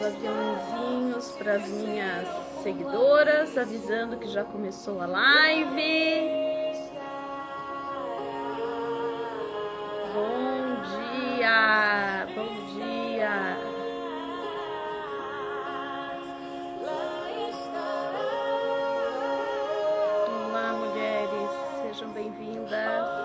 os aviãozinhos para as minhas seguidoras, avisando que já começou a live. Bom dia, bom dia. Olá, mulheres, sejam bem-vindas.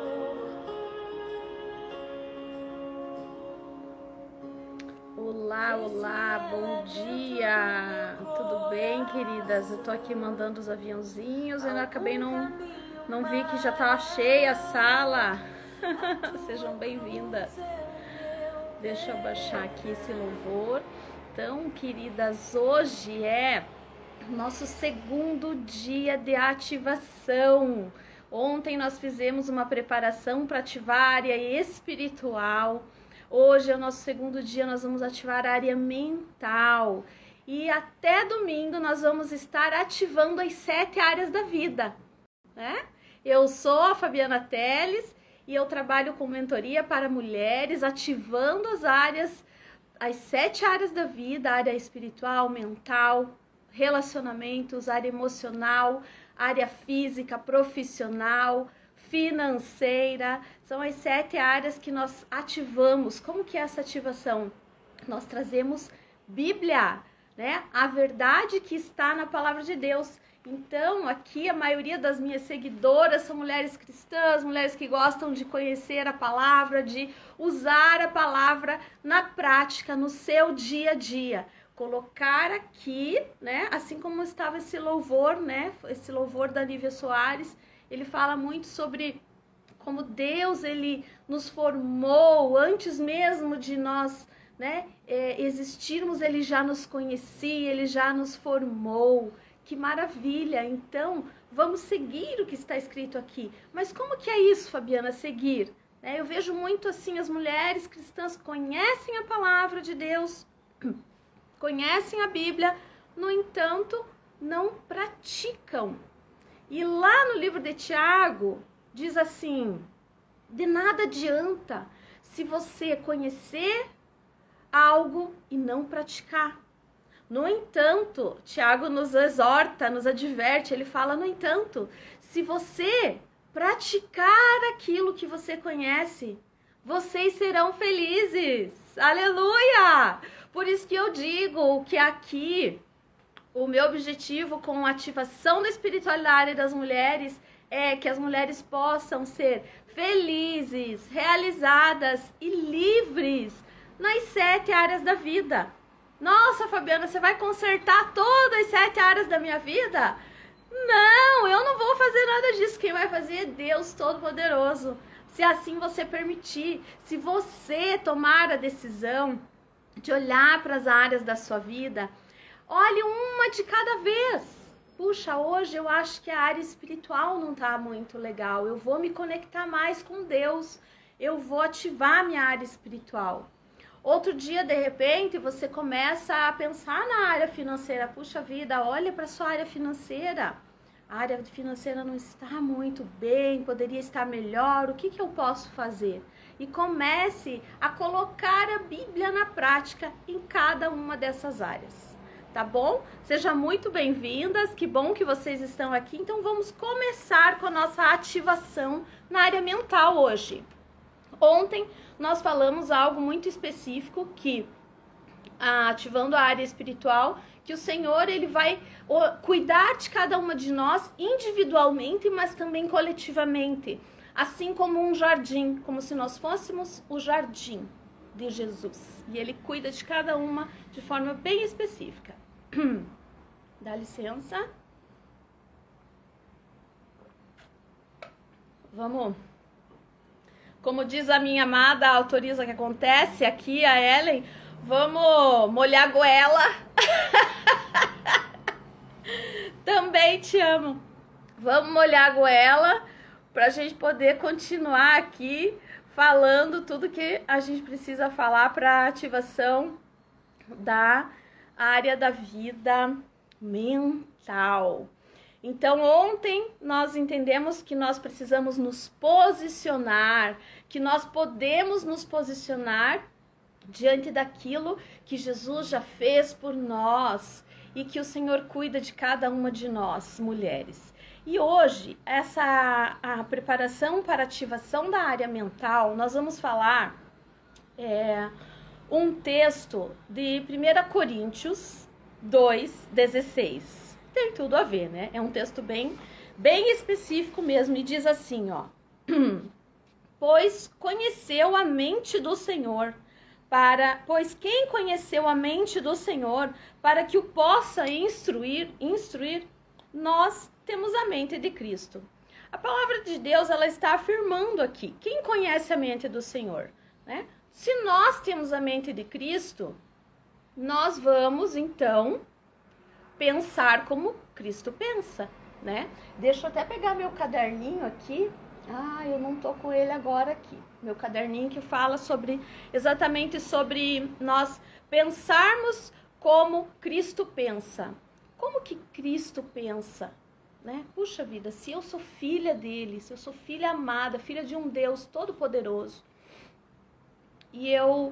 Olá, bom dia! Tudo bem, queridas? Eu tô aqui mandando os aviãozinhos, eu acabei não vi que já tava cheia a sala. Sejam bem-vindas. Deixa eu baixar aqui esse louvor. Então, queridas, hoje é nosso segundo dia de ativação. Ontem nós fizemos uma preparação para ativar a área espiritual. Hoje é o nosso segundo dia, nós vamos ativar a área mental. E até domingo nós vamos estar ativando as 7 áreas da vida, né? Eu sou a Fabiana Teles e eu trabalho com mentoria para mulheres, ativando as 7 áreas da vida, a área espiritual, mental, relacionamentos, área emocional, área física, profissional, financeira. São as 7 áreas que nós ativamos. Como que é essa ativação? Nós trazemos Bíblia, né? A verdade que está na palavra de Deus. Então, aqui a maioria das minhas seguidoras são mulheres cristãs, mulheres que gostam de conhecer a palavra, de usar a palavra na prática, no seu dia a dia. Colocar aqui, né? Assim como estava esse louvor, né? Esse louvor da Lívia Soares, ele fala muito sobre como Deus, ele nos formou antes mesmo de nós, né, existirmos, ele já nos conhecia, ele já nos formou. Que maravilha! Então, vamos seguir o que está escrito aqui. Mas como que é isso, Fabiana, seguir? Eu vejo muito assim, as mulheres cristãs conhecem a palavra de Deus, conhecem a Bíblia, no entanto, não praticam. E lá no livro de Tiago, diz assim: de nada adianta se você conhecer algo e não praticar. No entanto, Tiago nos exorta, nos adverte, ele fala, no entanto, se você praticar aquilo que você conhece, vocês serão felizes. Aleluia! Por isso que eu digo que aqui o meu objetivo com a ativação da espiritualidade das mulheres é que as mulheres possam ser felizes, realizadas e livres nas 7 áreas da vida. Nossa, Fabiana, você vai consertar todas as 7 áreas da minha vida? Não, eu não vou fazer nada disso. Quem vai fazer é Deus Todo-Poderoso. Se assim você permitir, se você tomar a decisão de olhar para as áreas da sua vida, olhe uma de cada vez. Puxa, hoje eu acho que a área espiritual não tá muito legal. Eu vou me conectar mais com Deus. Eu vou ativar minha área espiritual. Outro dia, de repente, você começa a pensar na área financeira. Puxa vida, olha para sua área financeira. A área financeira não está muito bem, poderia estar melhor. O que eu posso fazer? E comece a colocar a Bíblia na prática em cada uma dessas áreas. Tá bom? Sejam muito bem-vindas, que bom que vocês estão aqui. Então vamos começar com a nossa ativação na área mental hoje. Ontem nós falamos algo muito específico que, ativando a área espiritual, que o Senhor, ele vai cuidar de cada uma de nós individualmente, mas também coletivamente. Assim como um jardim, como se nós fôssemos o jardim de Jesus. E ele cuida de cada uma de forma bem específica. Dá licença. Vamos. Como diz a minha amada autoriza que acontece aqui, a Ellen, vamos molhar a goela. Também te amo. Vamos molhar a goela pra gente poder continuar aqui falando tudo que a gente precisa falar para ativação da área da vida mental. Então, ontem nós entendemos que nós precisamos nos posicionar, que nós podemos nos posicionar diante daquilo que Jesus já fez por nós e que o Senhor cuida de cada uma de nós, mulheres. E hoje, a preparação para ativação da área mental, nós vamos falar um texto de 1 Coríntios 2:16. Tem tudo a ver, né? É um texto bem específico mesmo, e diz assim, ó: pois conheceu a mente do Senhor, pois quem conheceu a mente do Senhor para que o possa instruir, nós temos a mente de Cristo. A palavra de Deus, ela está afirmando aqui, quem conhece a mente do Senhor, né? Se nós temos a mente de Cristo, nós vamos, então, pensar como Cristo pensa, né? Deixa eu até pegar meu caderninho aqui. Eu não tô com ele agora aqui. Meu caderninho que fala exatamente sobre nós pensarmos como Cristo pensa. Como que Cristo pensa, né? Puxa vida, se eu sou filha dele, se eu sou filha amada, filha de um Deus todo-poderoso, e eu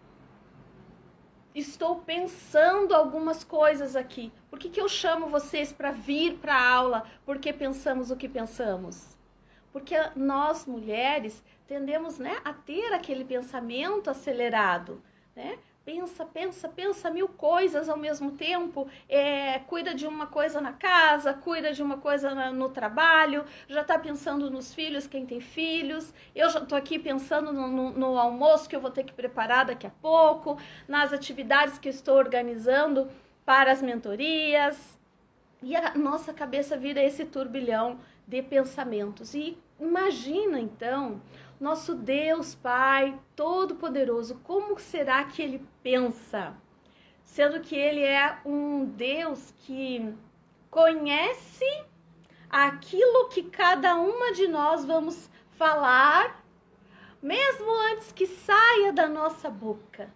estou pensando algumas coisas aqui. Por que eu chamo vocês para vir para a aula? Porque pensamos o que pensamos. Porque nós, mulheres, tendemos, né, a ter aquele pensamento acelerado, né? Pensa 1000 coisas ao mesmo tempo, cuida de uma coisa na casa, cuida de uma coisa no trabalho, já está pensando nos filhos, quem tem filhos, eu já estou aqui pensando no almoço que eu vou ter que preparar daqui a pouco, nas atividades que eu estou organizando para as mentorias, e a nossa cabeça vira esse turbilhão de pensamentos. E imagina, então, nosso Deus Pai Todo-Poderoso, como será que Ele pensa? Sendo que Ele é um Deus que conhece aquilo que cada uma de nós vamos falar, mesmo antes que saia da nossa boca.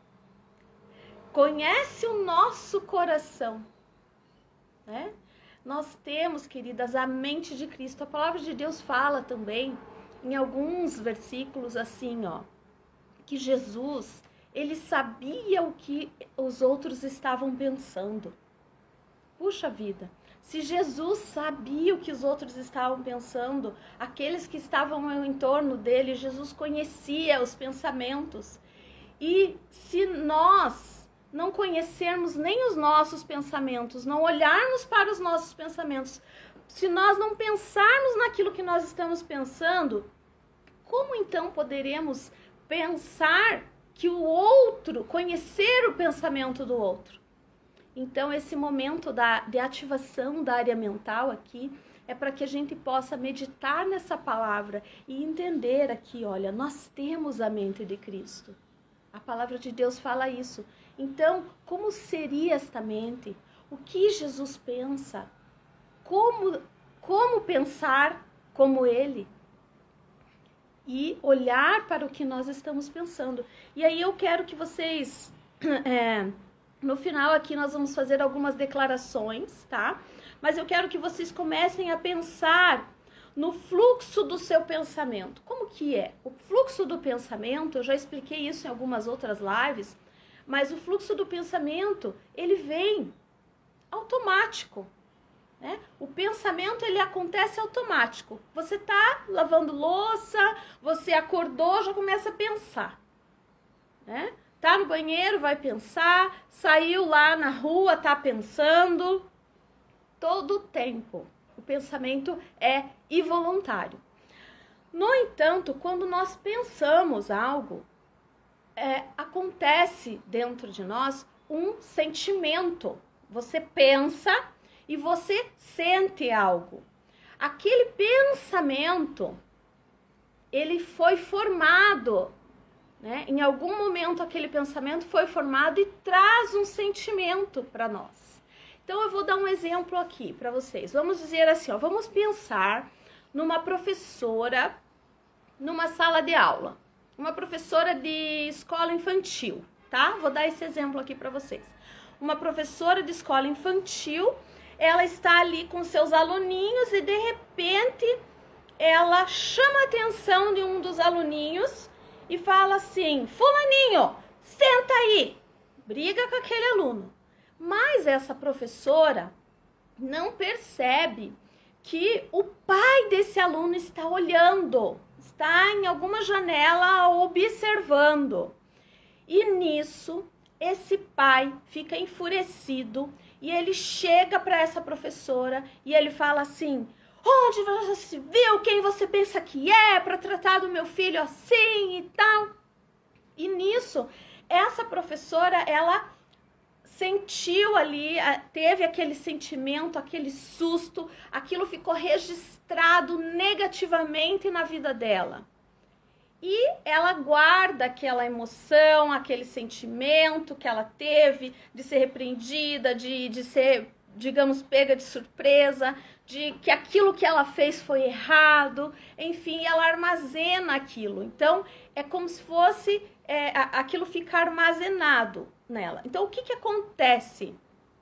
Conhece o nosso coração, né? Nós temos, queridas, a mente de Cristo. A palavra de Deus fala também, em alguns versículos, assim, ó, que Jesus, ele sabia o que os outros estavam pensando. Puxa vida, se Jesus sabia o que os outros estavam pensando, aqueles que estavam em torno dele, Jesus conhecia os pensamentos. E se nós não conhecermos nem os nossos pensamentos, não olharmos para os nossos pensamentos, se nós não pensarmos naquilo que nós estamos pensando, como então poderemos pensar que o outro, conhecer o pensamento do outro? Então, esse momento de ativação da área mental aqui é para que a gente possa meditar nessa palavra e entender aqui, olha, nós temos a mente de Cristo. A palavra de Deus fala isso. Então, como seria esta mente? O que Jesus pensa? Como pensar como Ele? E olhar para o que nós estamos pensando. E aí eu quero que vocês, no final aqui nós vamos fazer algumas declarações, tá? Mas eu quero que vocês comecem a pensar no fluxo do seu pensamento. Como que é? O fluxo do pensamento, eu já expliquei isso em algumas outras lives, mas o fluxo do pensamento, ele vem automático, né? O pensamento, ele acontece automático. Você tá lavando louça, você acordou, já começa a pensar, né? Tá no banheiro, vai pensar, saiu lá na rua, tá pensando, todo o tempo. O pensamento é involuntário. No entanto, quando nós pensamos algo, acontece dentro de nós um sentimento. Você pensa e você sente algo. Aquele pensamento, ele foi formado, né? Em algum momento aquele pensamento foi formado e traz um sentimento para nós. Então eu vou dar um exemplo aqui para vocês. Vamos dizer assim, ó, vamos pensar numa professora numa sala de aula. Uma professora de escola infantil, tá? Vou dar esse exemplo aqui para vocês. Uma professora de escola infantil, ela está ali com seus aluninhos e de repente ela chama a atenção de um dos aluninhos e fala assim: fulaninho, Senta aí! Briga com aquele aluno. Mas essa professora não percebe que o pai desse aluno está olhando, está em alguma janela observando. E nisso, esse pai fica enfurecido e ele chega para essa professora e ele fala assim: onde você se viu? Quem você pensa que é para tratar do meu filho assim e tal? E nisso, essa professora, ela sentiu ali, teve aquele sentimento, aquele susto, aquilo ficou registrado negativamente na vida dela. E ela guarda aquela emoção, aquele sentimento que ela teve de ser repreendida, de ser, digamos, pega de surpresa, de que aquilo que ela fez foi errado, enfim, ela armazena aquilo. Então, é como se fosse, aquilo fica armazenado nela. Então, o que que acontece?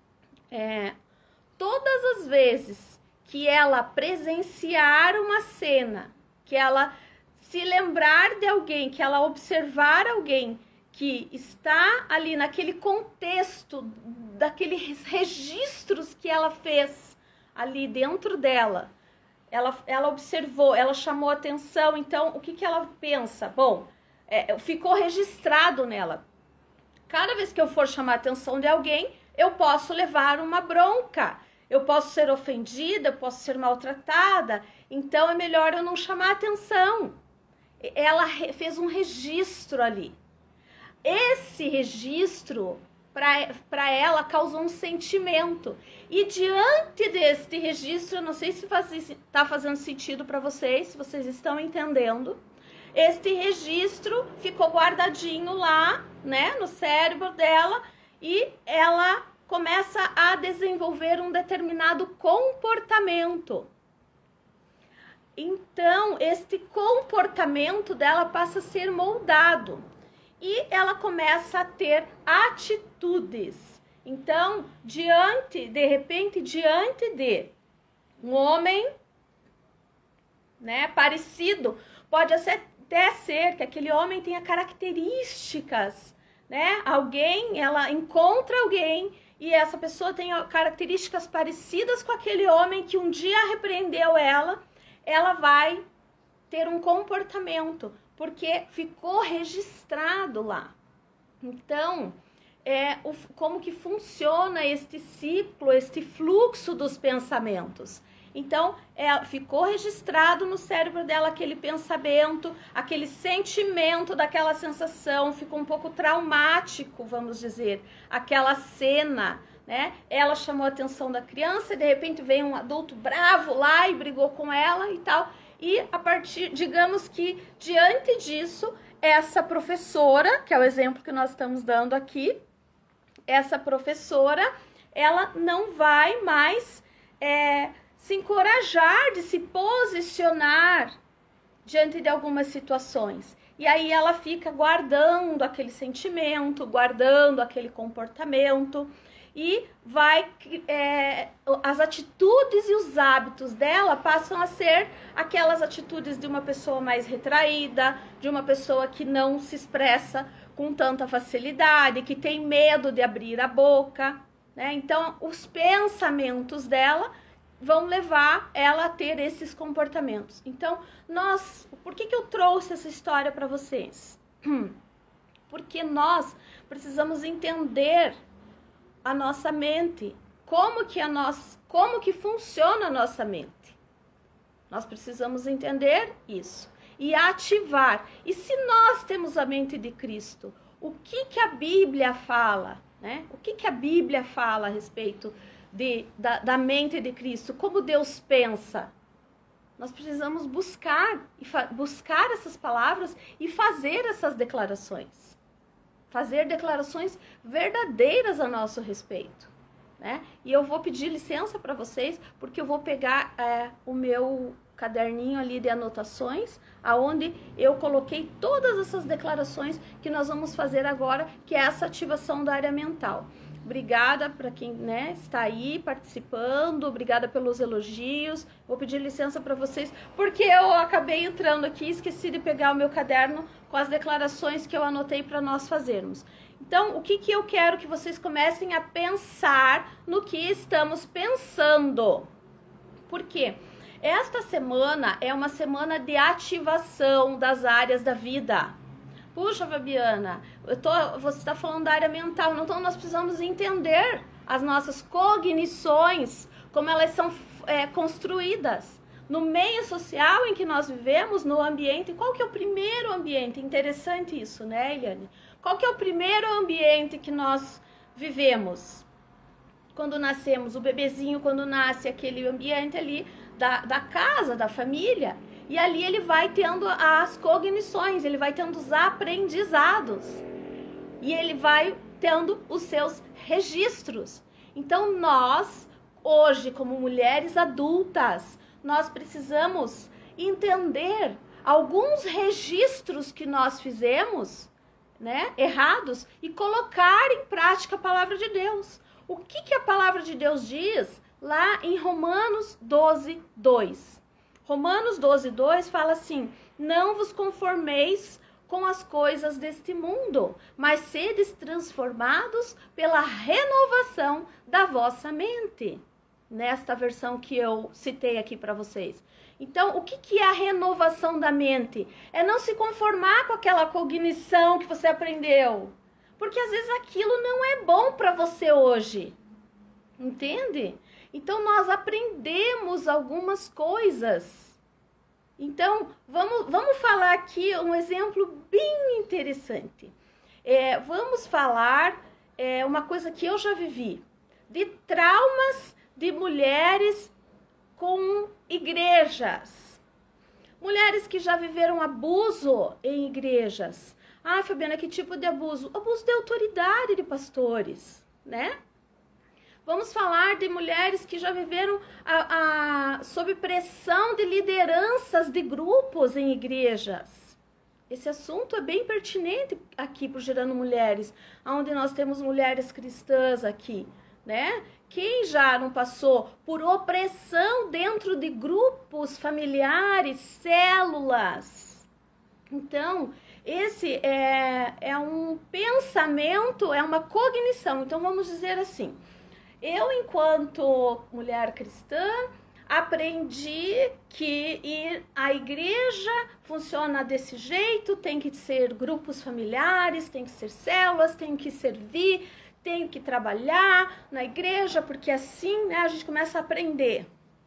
Todas as vezes que ela presenciar uma cena, que ela se lembrar de alguém, que ela observar alguém que está ali naquele contexto, daqueles registros que ela fez ali dentro dela, ela observou, ela chamou atenção, então o que que ela pensa? Bom, ficou registrado nela. Cada vez que eu for chamar a atenção de alguém, eu posso levar uma bronca, eu posso ser ofendida, eu posso ser maltratada, então é melhor eu não chamar atenção. Ela fez um registro ali. Esse registro, para ela, causou um sentimento. E diante deste registro, eu não sei se está fazendo sentido para vocês, se vocês estão entendendo. Este registro ficou guardadinho lá, né, no cérebro dela, e ela começa a desenvolver um determinado comportamento. Então, este comportamento dela passa a ser moldado e ela começa a ter atitudes. Então, de repente, diante de um homem, né, parecido, pode até ser que aquele homem tenha características, né? Ela encontra alguém e essa pessoa tem características parecidas com aquele homem que um dia repreendeu ela vai ter um comportamento, porque ficou registrado lá. Então, como que funciona este ciclo, este fluxo dos pensamentos. Então, ficou registrado no cérebro dela aquele pensamento, aquele sentimento daquela sensação, ficou um pouco traumático, vamos dizer, aquela cena, né? Ela chamou a atenção da criança e de repente veio um adulto bravo lá e brigou com ela e tal. E a partir, digamos que diante disso, essa professora, que é o exemplo que nós estamos dando aqui, essa professora, ela não vai mais se encorajar de se posicionar diante de algumas situações. E aí ela fica guardando aquele sentimento, guardando aquele comportamento. E as atitudes e os hábitos dela passam a ser aquelas atitudes de uma pessoa mais retraída, de uma pessoa que não se expressa com tanta facilidade, que tem medo de abrir a boca, né? Então, os pensamentos dela vão levar ela a ter esses comportamentos. Então, por que eu trouxe essa história para vocês? Porque nós precisamos entender a nossa mente, como que funciona a nossa mente. Nós precisamos entender isso e ativar. E se nós temos a mente de Cristo, o que a Bíblia fala, né? O que a Bíblia fala a respeito da mente de Cristo? Como Deus pensa? Nós precisamos buscar essas palavras e fazer essas declarações. Fazer declarações verdadeiras a nosso respeito, né? E eu vou pedir licença para vocês, porque eu vou pegar o meu caderninho ali de anotações, aonde eu coloquei todas essas declarações que nós vamos fazer agora, que é essa ativação da área mental. Obrigada para quem, né, está aí participando, obrigada pelos elogios. Vou pedir licença para vocês, porque eu acabei entrando aqui e esqueci de pegar o meu caderno com as declarações que eu anotei para nós fazermos. Então, o que eu quero que vocês comecem a pensar no que estamos pensando. Por quê? Esta semana é uma semana de ativação das áreas da vida. Puxa, Fabiana, você está falando da área mental, então nós precisamos entender as nossas cognições, como elas são construídas. No meio social em que nós vivemos, no ambiente, qual que é o primeiro ambiente? Interessante isso, né, Eliane? Qual que é o primeiro ambiente que nós vivemos? Quando nascemos, o bebezinho, quando nasce, aquele ambiente ali da casa, da família. E ali ele vai tendo as cognições, ele vai tendo os aprendizados. E ele vai tendo os seus registros. Então nós, hoje, como mulheres adultas, nós precisamos entender alguns registros que nós fizemos, né, errados, e colocar em prática a palavra de Deus. O que a palavra de Deus diz lá em Romanos 12, 2? Romanos 12, 2 fala assim: não vos conformeis com as coisas deste mundo, mas sedes transformados pela renovação da vossa mente. Nesta versão que eu citei aqui para vocês. Então, o que é a renovação da mente? É não se conformar com aquela cognição que você aprendeu. Porque às vezes aquilo não é bom para você hoje. Entende? Então, nós aprendemos algumas coisas. Então, vamos falar aqui um exemplo bem interessante. Vamos falar uma coisa que eu já vivi. De traumas de mulheres com igrejas. Mulheres que já viveram abuso em igrejas. Ah, Fabiana, que tipo de abuso? Abuso de autoridade de pastores, né? Vamos falar de mulheres que já viveram sob pressão de lideranças de grupos em igrejas. Esse assunto é bem pertinente aqui para o Gerando Mulheres, onde nós temos mulheres cristãs aqui, né? Quem já não passou por opressão dentro de grupos familiares, células? Então, esse é um pensamento, é uma cognição. Então, vamos dizer assim: eu, enquanto mulher cristã, aprendi que ir à igreja funciona desse jeito, tem que ser grupos familiares, tem que ser células, tem que servir, tem que trabalhar na igreja, porque assim, né, a gente começa a aprender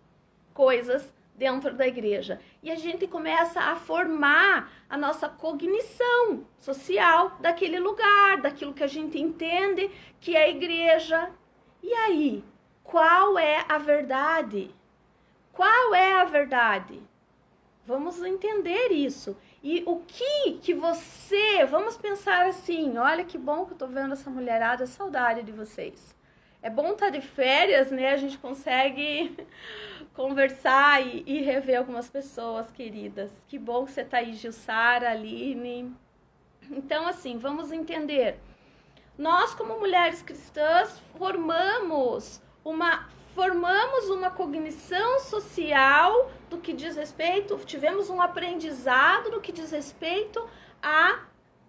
coisas dentro da igreja. E a gente começa a formar a nossa cognição social daquele lugar, daquilo que a gente entende que é a igreja. E aí, qual é a verdade? Qual é a verdade? Vamos entender isso. E o que você... Vamos pensar assim, olha que bom que eu tô vendo essa mulherada, saudade de vocês. É bom estar de férias, né? A gente consegue conversar e rever algumas pessoas queridas. Que bom que você tá aí, Gilsara, Aline. Então, assim, vamos entender. Nós, como mulheres cristãs, formamos uma cognição social do que diz respeito, tivemos um aprendizado do que diz respeito a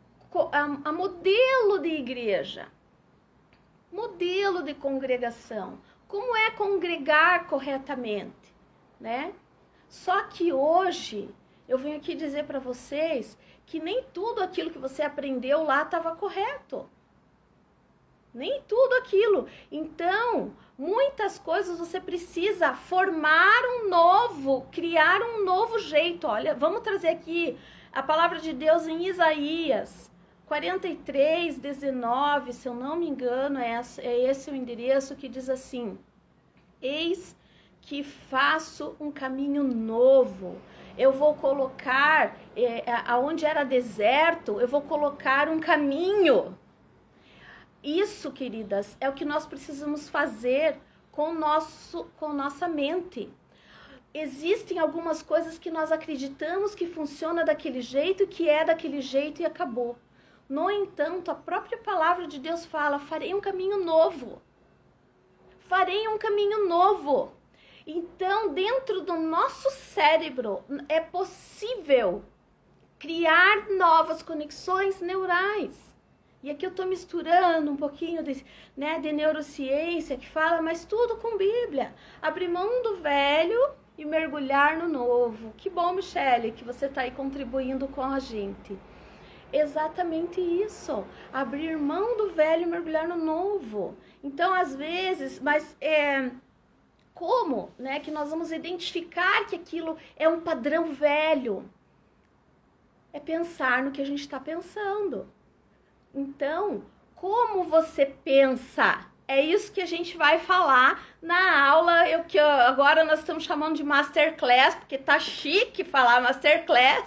modelo de igreja, modelo de congregação, como é congregar corretamente, né? Só que hoje eu venho aqui dizer para vocês que nem tudo aquilo que você aprendeu lá estava correto. Nem tudo aquilo. Então, muitas coisas você precisa formar criar um novo jeito. Olha, vamos trazer aqui a palavra de Deus em Isaías 43, 19, se eu não me engano, é esse o endereço que diz assim: eis que faço um caminho novo. Eu vou colocar, aonde era deserto, eu vou colocar um caminho. Isso, queridas, é o que nós precisamos fazer com nossa mente. Existem algumas coisas que nós acreditamos que funciona daquele jeito, que é daquele jeito e acabou. No entanto, a própria palavra de Deus fala, farei um caminho novo. Farei um caminho novo. Então, dentro do nosso cérebro, é possível criar novas conexões neurais. E aqui eu estou misturando um pouquinho de neurociência, que fala, mas tudo com Bíblia. Abrir mão do velho e mergulhar no novo. Que bom, Michele, que você está aí contribuindo com a gente. Exatamente isso. Abrir mão do velho e mergulhar no novo. Então, às vezes, como, né, que nós vamos identificar que aquilo é um padrão velho? É pensar no que a gente está pensando. Então, como você pensa? É isso que a gente vai falar na aula, que agora nós estamos chamando de Masterclass, porque tá chique falar Masterclass.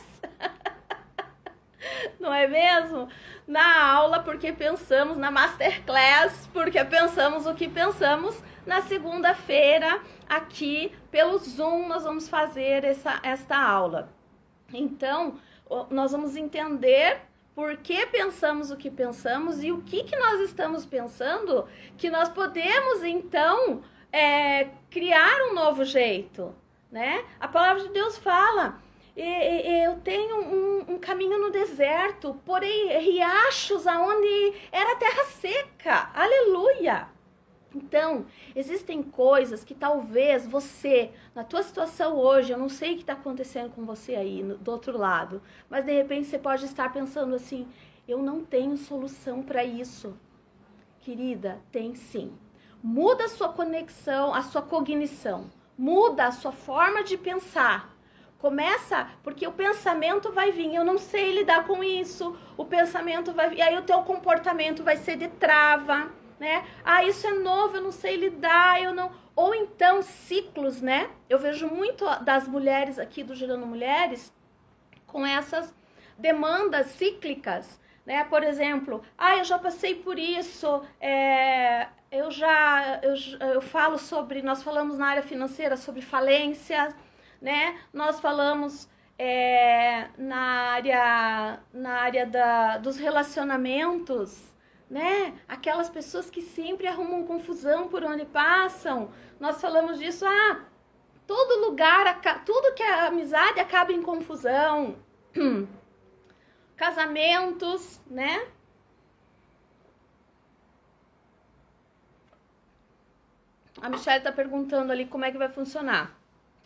Não é mesmo? Na aula, porque pensamos, na Masterclass, porque pensamos o que pensamos. Na segunda-feira, aqui pelo Zoom, nós vamos fazer esta aula. Então, nós vamos entender por que pensamos o que pensamos e o que nós estamos pensando, que nós podemos, então, criar um novo jeito, né? A palavra de Deus fala, eu tenho um caminho no deserto, porém riachos aonde era terra seca, aleluia! Então, existem coisas que talvez você, na tua situação hoje, eu não sei o que está acontecendo com você aí do outro lado, mas de repente você pode estar pensando assim, eu não tenho solução para isso. Querida, tem sim. Muda a sua conexão, a sua cognição, muda a sua forma de pensar. Começa, porque o pensamento vai vir, eu não sei lidar com isso, o pensamento vai vir, e aí o teu comportamento vai ser de trava, né? Isso é novo, eu não sei lidar, eu não... Ou então ciclos, né? Eu vejo muito das mulheres aqui do Gerando Mulheres com essas demandas cíclicas, né? Por exemplo, eu já passei por isso, eu falo sobre, nós falamos na área financeira sobre falências, né? Nós falamos na área dos relacionamentos, né? Aquelas pessoas que sempre arrumam confusão por onde passam. Nós falamos disso, todo lugar, tudo que é amizade acaba em confusão. Casamentos, né? A Michelle tá perguntando ali como é que vai funcionar.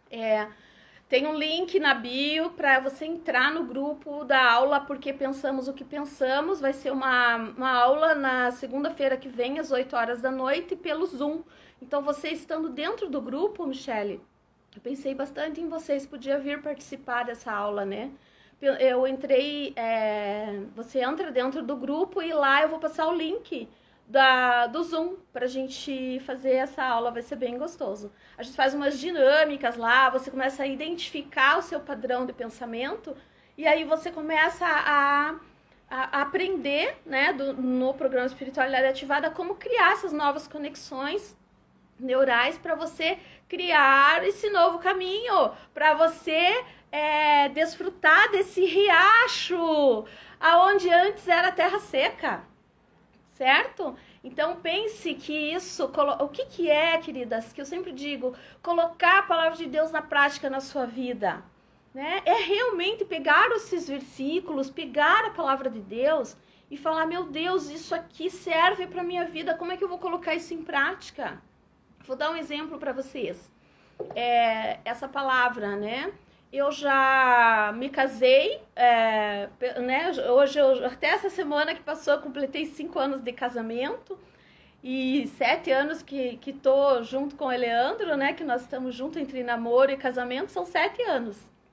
Tem um link na bio para você entrar no grupo da aula, porque pensamos o que pensamos. Vai ser uma aula na segunda-feira que vem, às 8 horas da noite, pelo Zoom. Então, você estando dentro do grupo, Michele, eu pensei bastante em vocês, podia vir participar dessa aula, né? Eu entrei, você entra dentro do grupo e lá eu vou passar o link do Zoom pra gente fazer essa aula, vai ser bem gostoso. A gente faz umas dinâmicas lá, você começa a identificar o seu padrão de pensamento e aí você começa a aprender, né, no programa Espiritualidade Ativada, como criar essas novas conexões neurais para você criar esse novo caminho, para você desfrutar desse riacho, aonde antes era terra seca. Certo? Então pense que isso, o que é, queridas, que eu sempre digo, colocar a palavra de Deus na prática na sua vida, né? É realmente pegar esses versículos, pegar a palavra de Deus e falar, meu Deus, isso aqui serve para minha vida, como é que eu vou colocar isso em prática? Vou dar um exemplo para vocês. Essa palavra, né? Eu já me casei, né? Hoje, até essa semana que passou, eu completei 5 anos de casamento e 7 anos que tô junto com o Eleandro, né? Que nós estamos juntos entre namoro e casamento, são 7 anos.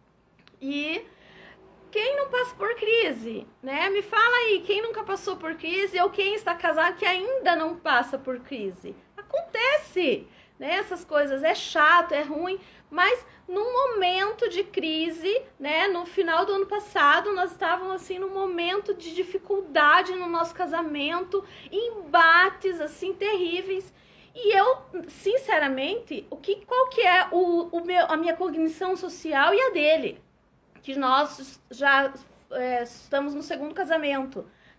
E quem não passa por crise, né? Me fala aí, quem nunca passou por crise ou quem está casado que ainda não passa por crise? Acontece, né? Essas coisas, é chato, é ruim, mas num momento de crise, né, no final do ano passado, nós estávamos assim num momento de dificuldade no nosso casamento, embates assim terríveis. E eu, sinceramente, qual que é a minha cognição social e a dele? Que nós já estamos no segundo casamento,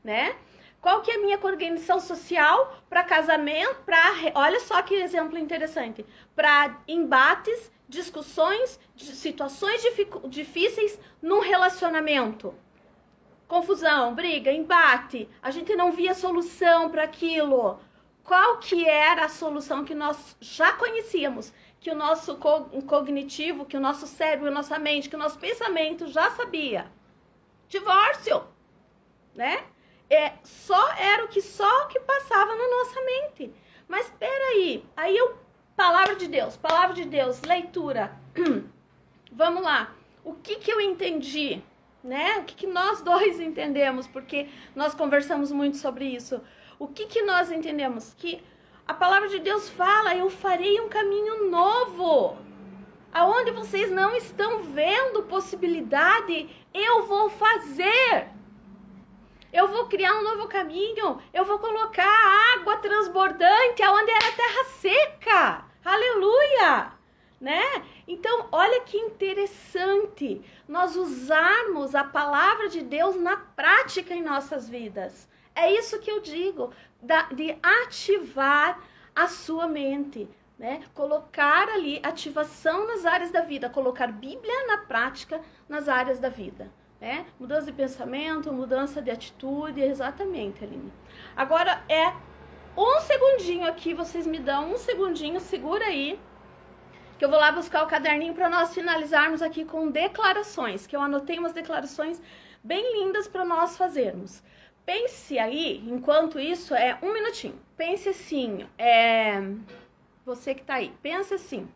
né? Qual que é a minha organização social para casamento, olha só que exemplo interessante, para embates, discussões, situações difíceis num relacionamento. Confusão, briga, embate, a gente não via solução para aquilo. Qual que era a solução que nós já conhecíamos? Que o nosso cognitivo, que o nosso cérebro, a nossa mente, que o nosso pensamento já sabia? Divórcio, né? Era o que passava na nossa mente. Mas peraí, palavra de Deus, leitura. Vamos lá. O que eu entendi, né? O que nós dois entendemos, porque nós conversamos muito sobre isso. O que nós entendemos? Que a palavra de Deus fala, eu farei um caminho novo. Aonde vocês não estão vendo possibilidade, eu vou fazer. Eu vou criar um novo caminho. Eu vou colocar água transbordante aonde era terra seca. Aleluia! Né? Então, olha que interessante nós usarmos a palavra de Deus na prática em nossas vidas. É isso que eu digo, de ativar a sua mente, né? Colocar ali ativação nas áreas da vida, colocar Bíblia na prática nas áreas da vida, né? Mudança de pensamento, mudança de atitude, exatamente, Aline. Agora um segundinho aqui, vocês me dão um segundinho, segura aí, que eu vou lá buscar o caderninho para nós finalizarmos aqui com declarações, que eu anotei umas declarações bem lindas para nós fazermos. Pense aí, enquanto isso, um minutinho. Pense assim, você que tá aí, pensa assim.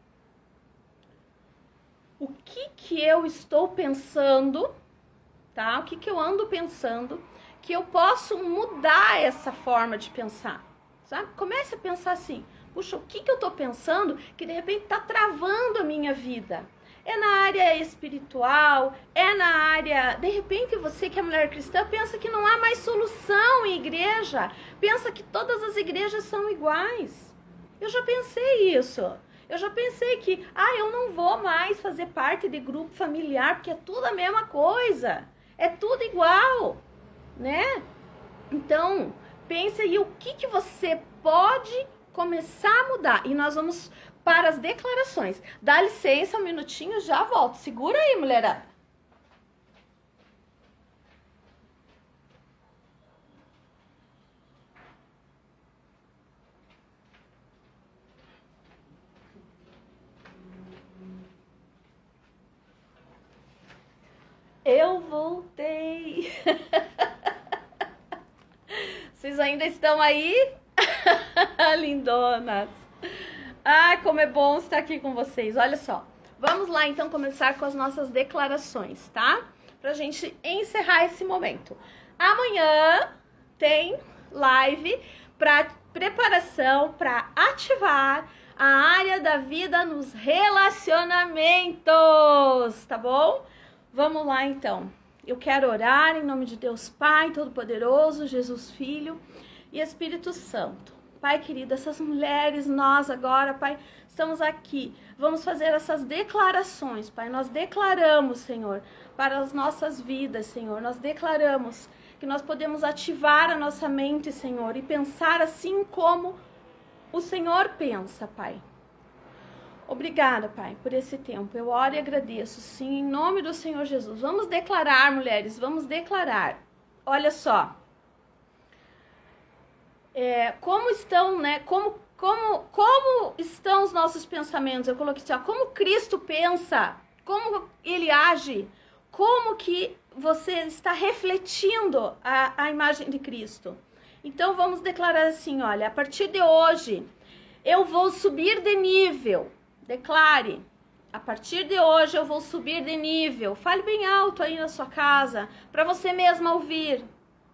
O que eu estou pensando, tá? O que eu ando pensando, que eu posso mudar essa forma de pensar, sabe? Comece a pensar assim, puxa, o que eu tô pensando que de repente tá travando a minha vida? É na área espiritual, é na área... De repente você que é mulher cristã pensa que não há mais solução em igreja. Pensa que todas as igrejas são iguais. Eu já pensei isso. Eu já pensei que, eu não vou mais fazer parte de grupo familiar, porque é tudo a mesma coisa. É tudo igual, né? Então, pense aí o que você pode começar a mudar. E nós vamos para as declarações. Dá licença um minutinho, já volto. Segura aí, mulherada. Eu voltei. Vocês ainda estão aí? Lindonas. Como é bom estar aqui com vocês. Olha só. Vamos lá, então, começar com as nossas declarações, tá? Pra gente encerrar esse momento. Amanhã tem live para preparação para ativar a área da vida nos relacionamentos, tá bom? Vamos lá, então. Eu quero orar em nome de Deus Pai Todo-Poderoso, Jesus Filho e Espírito Santo. Pai querido, essas mulheres, nós agora, Pai, estamos aqui. Vamos fazer essas declarações, Pai. Nós declaramos, Senhor, para as nossas vidas, Senhor. Nós declaramos que nós podemos ativar a nossa mente, Senhor, e pensar assim como o Senhor pensa, Pai. Obrigada, Pai, por esse tempo. Eu oro e agradeço, sim, em nome do Senhor Jesus. Vamos declarar, mulheres, vamos declarar. Olha só. Como estão, né? Como estão os nossos pensamentos? Eu coloquei assim, como Cristo pensa, como ele age, como que você está refletindo a imagem de Cristo. Então vamos declarar assim, olha, a partir de hoje eu vou subir de nível. Declare, a partir de hoje eu vou subir de nível. Fale bem alto aí na sua casa, para você mesma ouvir.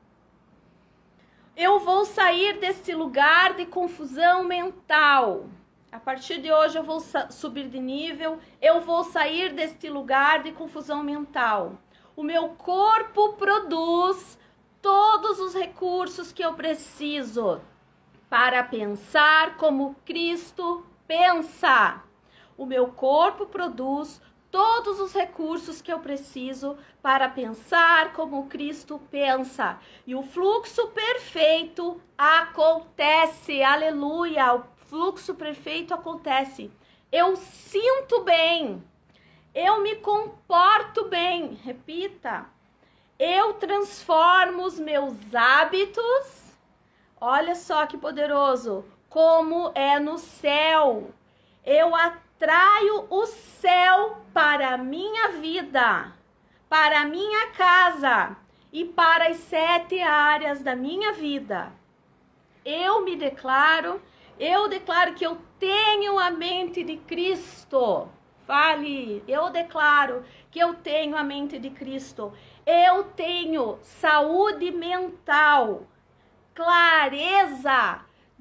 Eu vou sair desse lugar de confusão mental. A partir de hoje eu vou subir de nível. Eu vou sair deste lugar de confusão mental. O meu corpo produz todos os recursos que eu preciso para pensar como Cristo pensa. O meu corpo produz todos os recursos que eu preciso para pensar como Cristo pensa. E o fluxo perfeito acontece. Aleluia! O fluxo perfeito acontece. Eu sinto bem. Eu me comporto bem. Repita. Eu transformo os meus hábitos. Olha só que poderoso. Como é no céu. Eu atraio o céu para a minha vida, para a minha casa e para as 7 áreas da minha vida. Eu declaro que eu tenho a mente de Cristo. Fale, eu declaro que eu tenho a mente de Cristo. Eu tenho saúde mental, clareza,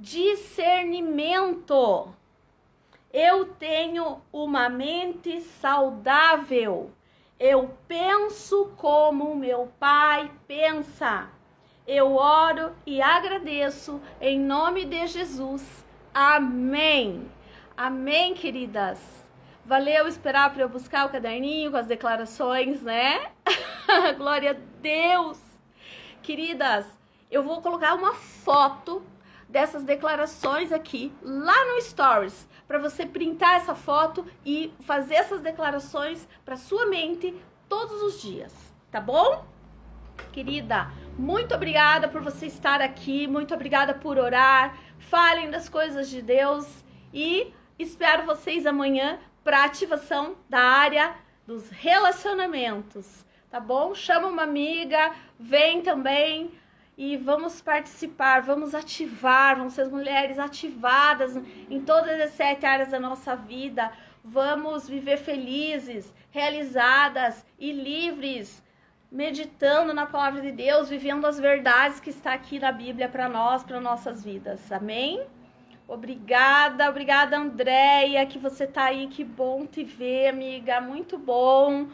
discernimento. Eu tenho uma mente saudável. Eu penso como meu Pai pensa. Eu oro e agradeço em nome de Jesus. Amém. Amém, queridas. Valeu esperar para eu buscar o caderninho com as declarações, né? Glória a Deus. Queridas, eu vou colocar uma foto dessas declarações aqui lá no Stories, para você printar essa foto e fazer essas declarações para sua mente todos os dias, tá bom? Querida, muito obrigada por você estar aqui, muito obrigada por orar, falem das coisas de Deus e espero vocês amanhã para ativação da área dos relacionamentos, tá bom? Chama uma amiga, vem também. E vamos participar, vamos ativar, vamos ser as mulheres ativadas em todas as 7 áreas da nossa vida. Vamos viver felizes, realizadas e livres, meditando na palavra de Deus, vivendo as verdades que está aqui na Bíblia para nós, para nossas vidas. Amém? Obrigada, obrigada, Andréia, que você tá aí, que bom te ver, amiga, muito bom.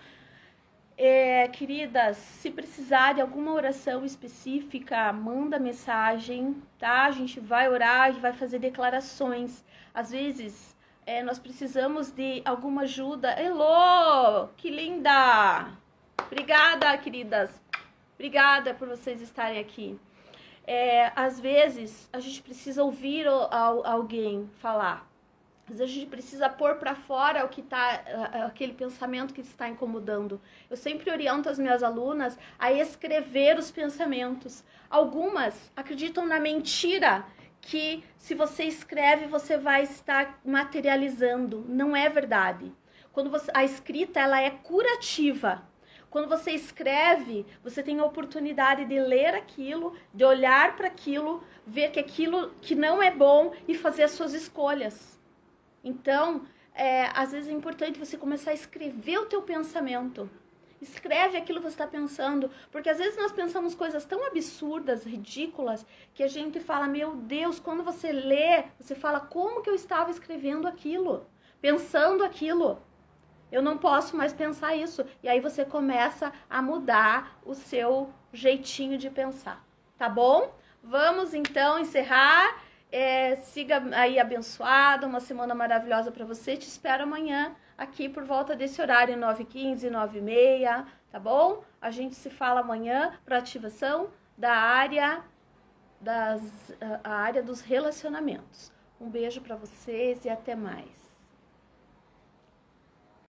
Queridas, se precisar de alguma oração específica, manda mensagem, tá? A gente vai orar e vai fazer declarações. Às vezes, nós precisamos de alguma ajuda. Elô, que linda! Obrigada, queridas. Obrigada por vocês estarem aqui. Às vezes, a gente precisa ouvir alguém falar. Às vezes a gente precisa pôr para fora aquele pensamento que está incomodando. Eu sempre oriento as minhas alunas a escrever os pensamentos. Algumas acreditam na mentira que se você escreve você vai estar materializando. Não é verdade. A escrita ela é curativa. Quando você escreve, você tem a oportunidade de ler aquilo, de olhar para aquilo, ver que aquilo que não é bom e fazer as suas escolhas. Então, às vezes é importante você começar a escrever o teu pensamento. Escreve aquilo que você está pensando. Porque às vezes nós pensamos coisas tão absurdas, ridículas, que a gente fala, meu Deus, quando você lê, você fala, como que eu estava escrevendo aquilo? Pensando aquilo. Eu não posso mais pensar isso. E aí você começa a mudar o seu jeitinho de pensar. Tá bom? Vamos então encerrar. Siga aí abençoada, uma semana maravilhosa para você. Te espero amanhã aqui por volta desse horário, 9h15, 9h30, tá bom? A gente se fala amanhã para ativação da área a área dos relacionamentos. Um beijo para vocês e até mais.